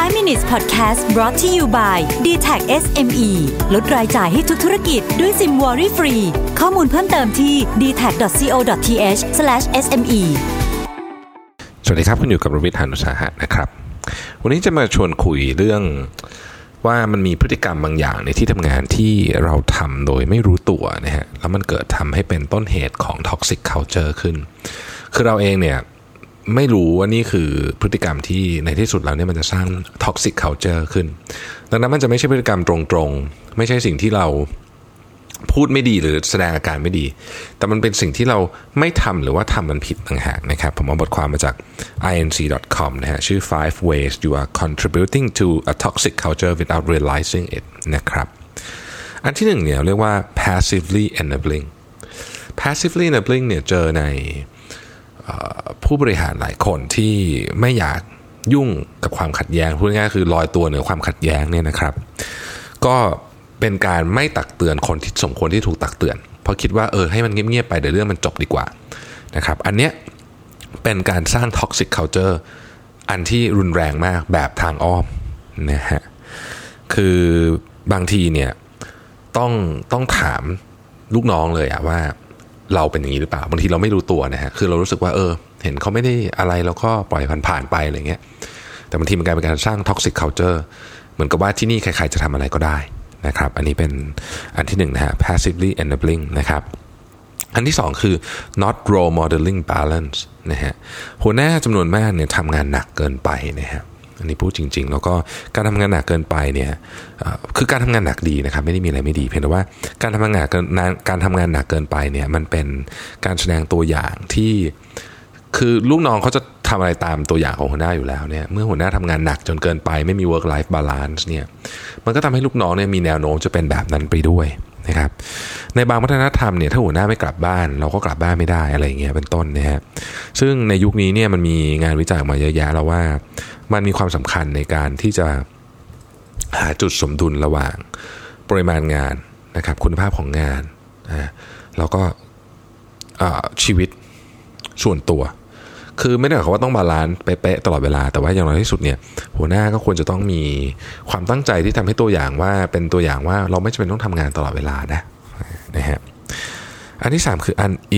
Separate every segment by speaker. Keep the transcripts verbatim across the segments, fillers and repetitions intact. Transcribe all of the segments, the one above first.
Speaker 1: five minutes podcast brought to you by ดี แท็ก เอส เอ็ม อี ลดรายจ่ายให้ทุกธุรกิจด้วยซิมวอรี่ฟรีข้อมูลเพิ่มเติมที่ ดี แท็ก ดอท ซี โอ ดอท ที เอช สแลช เอส เอ็ม อี
Speaker 2: สวัสดีครับคุณอยู่กับรวิทย์ หาญอุตสาหะนะครับวันนี้จะมาชวนคุยเรื่องว่ามันมีพฤติกรรมบางอย่างในที่ทำงานที่เราทำโดยไม่รู้ตัวนะฮะแล้วมันเกิดทำให้เป็นต้นเหตุของ toxic culture ขึ้นคือเราเองเนี่ยไม่รู้ว่านี่คือพฤติกรรมที่ในที่สุดแล้วเนี่ยมันจะสร้าง toxic culture ขึ้นดังนั้นมันจะไม่ใช่พฤติกรรมตรงๆไม่ใช่สิ่งที่เราพูดไม่ดีหรือแสดงอาการไม่ดีแต่มันเป็นสิ่งที่เราไม่ทำหรือว่าทำมันผิดต่างหากนะครับผมเอาบทความมาจาก ไอ เอ็น ซี ดอท คอม นะฮะชื่อ five ways you are contributing to a toxic culture without realizing it นะครับอันที่หนึ่งเนี่ยเรียกว่า passively enabling passively enabling เนี่ยเจอในผู้บริหารหลายคนที่ไม่อยากยุ่งกับความขัดแย้งพูดง่ายๆคือลอยตัวเหนือความขัดแย้งเนี่ยนะครับก็เป็นการไม่ตักเตือนคนที่สมควรที่ถูกตักเตือนเพราะคิดว่าเออให้มันเงียบๆไปเดี๋ยวเรื่องมันจบดีกว่านะครับอันเนี้ยเป็นการสร้าง toxic culture อันที่รุนแรงมากแบบทางอ้อมนะฮะคือบางทีเนี่ยต้องต้องถามลูกน้องเลยอะว่าเราเป็นอย่างนี้หรือเปล่าบางทีเราไม่รู้ตัวนะฮะคือเรารู้สึกว่าเออเห็นเขาไม่ได้อะไรเราก็ปล่อยผ่านๆไปอะไรเงี้ยแต่บางทีมันกลายเป็นการสร้าง toxic culture เหมือนกับว่าที่นี่ใครๆจะทำอะไรก็ได้นะครับอันนี้เป็นอันที่หนึ่งนะฮะ passively enabling นะครับอันที่สองคือ not role modeling balance นะฮะหัวหน้าจำนวนมากเนี่ยทำงานหนักเกินไปนะฮะอันนี้พูดจริงๆแล้วก็การทำงานหนักเกินไปเนี่ยคือการทำงานหนักดีนะครับไม่ได้มีอะไรไม่ดีเพียงแต่ว่าการทำงานเกินการทำงานหนักเกินไปเนี่ยมันเป็นการแสดงตัวอย่างที่คือลูกน้องเขาจะทำอะไรตามตัวอย่างของหัวหน้าอยู่แล้วเนี่ยเมื่อหัวหน้าทำงานหนักจนเกินไปไม่มี work life balance เนี่ยมันก็ทำให้ลูกน้องเนี่ยมีแนวโน้มจะเป็นแบบนั้นไปด้วยนะครับในบางวัฒนธรรมเนี่ยถ้าหัวหน้าไม่กลับบ้านเราก็กลับบ้านไม่ได้อะไรอย่างเงี้ยเป็นต้นนะฮะซึ่งในยุคนี้เนี่ยมันมีงานวิจัยออกมาเยอะแยะแล้วว่ามันมีความสำคัญในการที่จะหาจุดสมดุลระหว่างปริมาณงานนะครับคุณภาพของงานนะแล้วก็ชีวิตส่วนตัวคือไม่ได้หมายความว่าต้องบาลานซ์เป๊ะๆตลอดเวลาแต่ว่าอย่างน้อยที่สุดเนี่ยหัวหน้าก็ควรจะต้องมีความตั้งใจที่ทำให้ตัวอย่างว่าเป็นตัวอย่างว่าเราไม่จำเป็นต้องทำงานตลอดเวลานะนะฮะอันที่สามคือ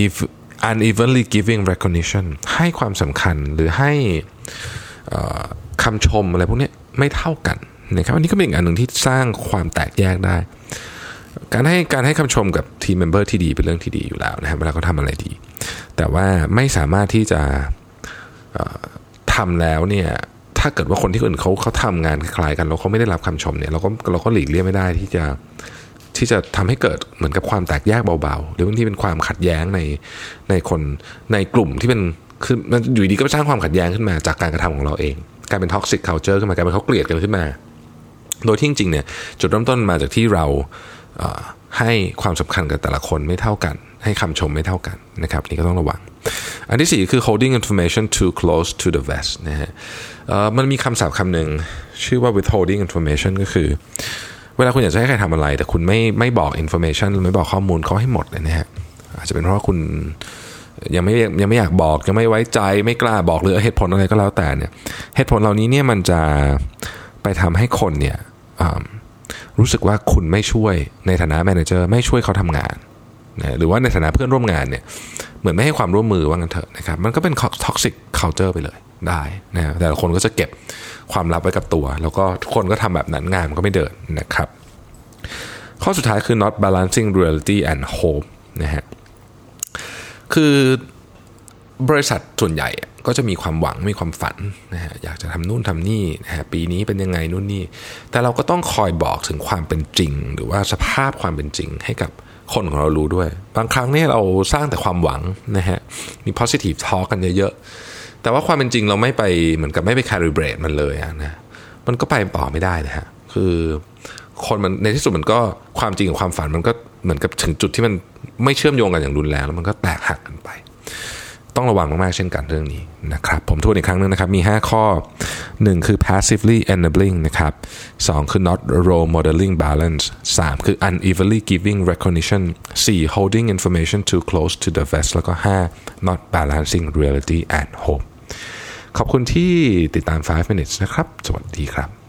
Speaker 2: unevenly giving recognition ให้ความสำคัญหรือให้คำชมอะไรพวกนี้ไม่เท่ากันนะครับอันนี้ก็เป็นอีกอันหนึ่งที่สร้างความแตกแยกได้การให้การให้คำชมกับทีมเมมเบอร์ที่ดีเป็นเรื่องที่ดีอยู่แล้วนะครับเวลาเขาทำอะไรดีแต่ว่าไม่สามารถที่จะทำแล้วเนี่ยถ้าเกิดว่าคนที่อื่นเขาเขาทำงานคล้ายกันแล้วเขาไม่ได้รับคำชมเนี่ยเราก็เราก็หลีกเลี่ยงไม่ได้ที่จะที่จะทำให้เกิดเหมือนกับความแตกแยกเบาๆหรือบางทีเป็นความขัดแย้งในในคนในกลุ่มที่เป็นคือมันอยู่ดีก็สร้างความขัดแย้งขึ้นมาจากการกระทำของเราเองกลายเป็น toxic culture ขึ้นมากลายเป็นเขาเกลียดกันขึ้นมาโดยที่จริงๆเนี่ยจุดเริ่มต้นมาจากที่เราให้ความสำคัญกับแต่ละคนไม่เท่ากันให้คำชมไม่เท่ากันนะครับนี่ก็ต้องระวังอันที่สี่คือ holding information too close to the vest นะฮะมันมีคำศัพท์คำหนึ่งชื่อว่า withholding information ก็คือเวลาคุณอยากจะให้ใครทำอะไรแต่คุณไม่ไม่บอก information ไม่บอกข้อมูลเขาให้หมดเลยนะฮะอาจจะเป็นเพราะว่าคุณยังไม่ยังไม่อยากบอกยังไม่ไว้ใจไม่กล้าบอกหรือเหตุผลอะไรก็แล้วแต่เนี่ยเหตุผลเหล่านี้เนี่ยมันจะไปทำให้คนเนี่ยรู้สึกว่าคุณไม่ช่วยในฐานะแมเนเจอร์ไม่ช่วยเขาทำงานนะหรือว่าในฐานะเพื่อนร่วมงานเนี่ยเหมือนไม่ให้ความร่วมมือว่างั้นเถอะนะครับมันก็เป็น toxic culture ไปเลยได้นะแต่ละคนก็จะเก็บความลับไว้กับตัวแล้วก็ทุกคนก็ทำแบบนั้นงานมันก็ไม่เดินนะครับข้อสุดท้ายคือ not balancing reality and hope นะฮะคือบริษัทส่วนใหญ่ก็จะมีความหวังมีความฝันนะฮะอยากจะทำนู่นทำนี่นะฮะปีนี้เป็นยังไงนู่นนี่แต่เราก็ต้องคอยบอกถึงความเป็นจริงหรือว่าสภาพความเป็นจริงให้กับคนของเรารู้ด้วยบางครั้งเนี่ยเราสร้างแต่ความหวังนะฮะมี positive talk กันเยอะๆแต่ว่าความเป็นจริงเราไม่ไปเหมือนกับไม่ไป calibrate มันเลยนะมันก็ไปต่อไม่ได้นะฮะคือคนมันในที่สุดมันก็ความจริงกับความฝันมันก็เหมือนกับถึงจุดที่มันไม่เชื่อมโยงกันอย่างรุนแรงแล้วมันก็แตกหักกันไปต้องระวังมากๆเช่นกันเรื่องนี้นะครับผมทวนอีกครั้งนึงนะครับมีห้าข้อหนึ่งคือ passively enabling นะครับสองคือ not role modeling balance สามคือ unevenly giving recognition สี่ holding information too close to the vest แล้วก็ห้า not balancing reality and hope ขอบคุณที่ติดตามไฟว์ minutes นะครับสวัสดีครับ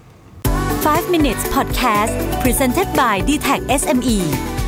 Speaker 1: five minutes podcast presented by ดี ที เอ ซี เอส เอ็ม อี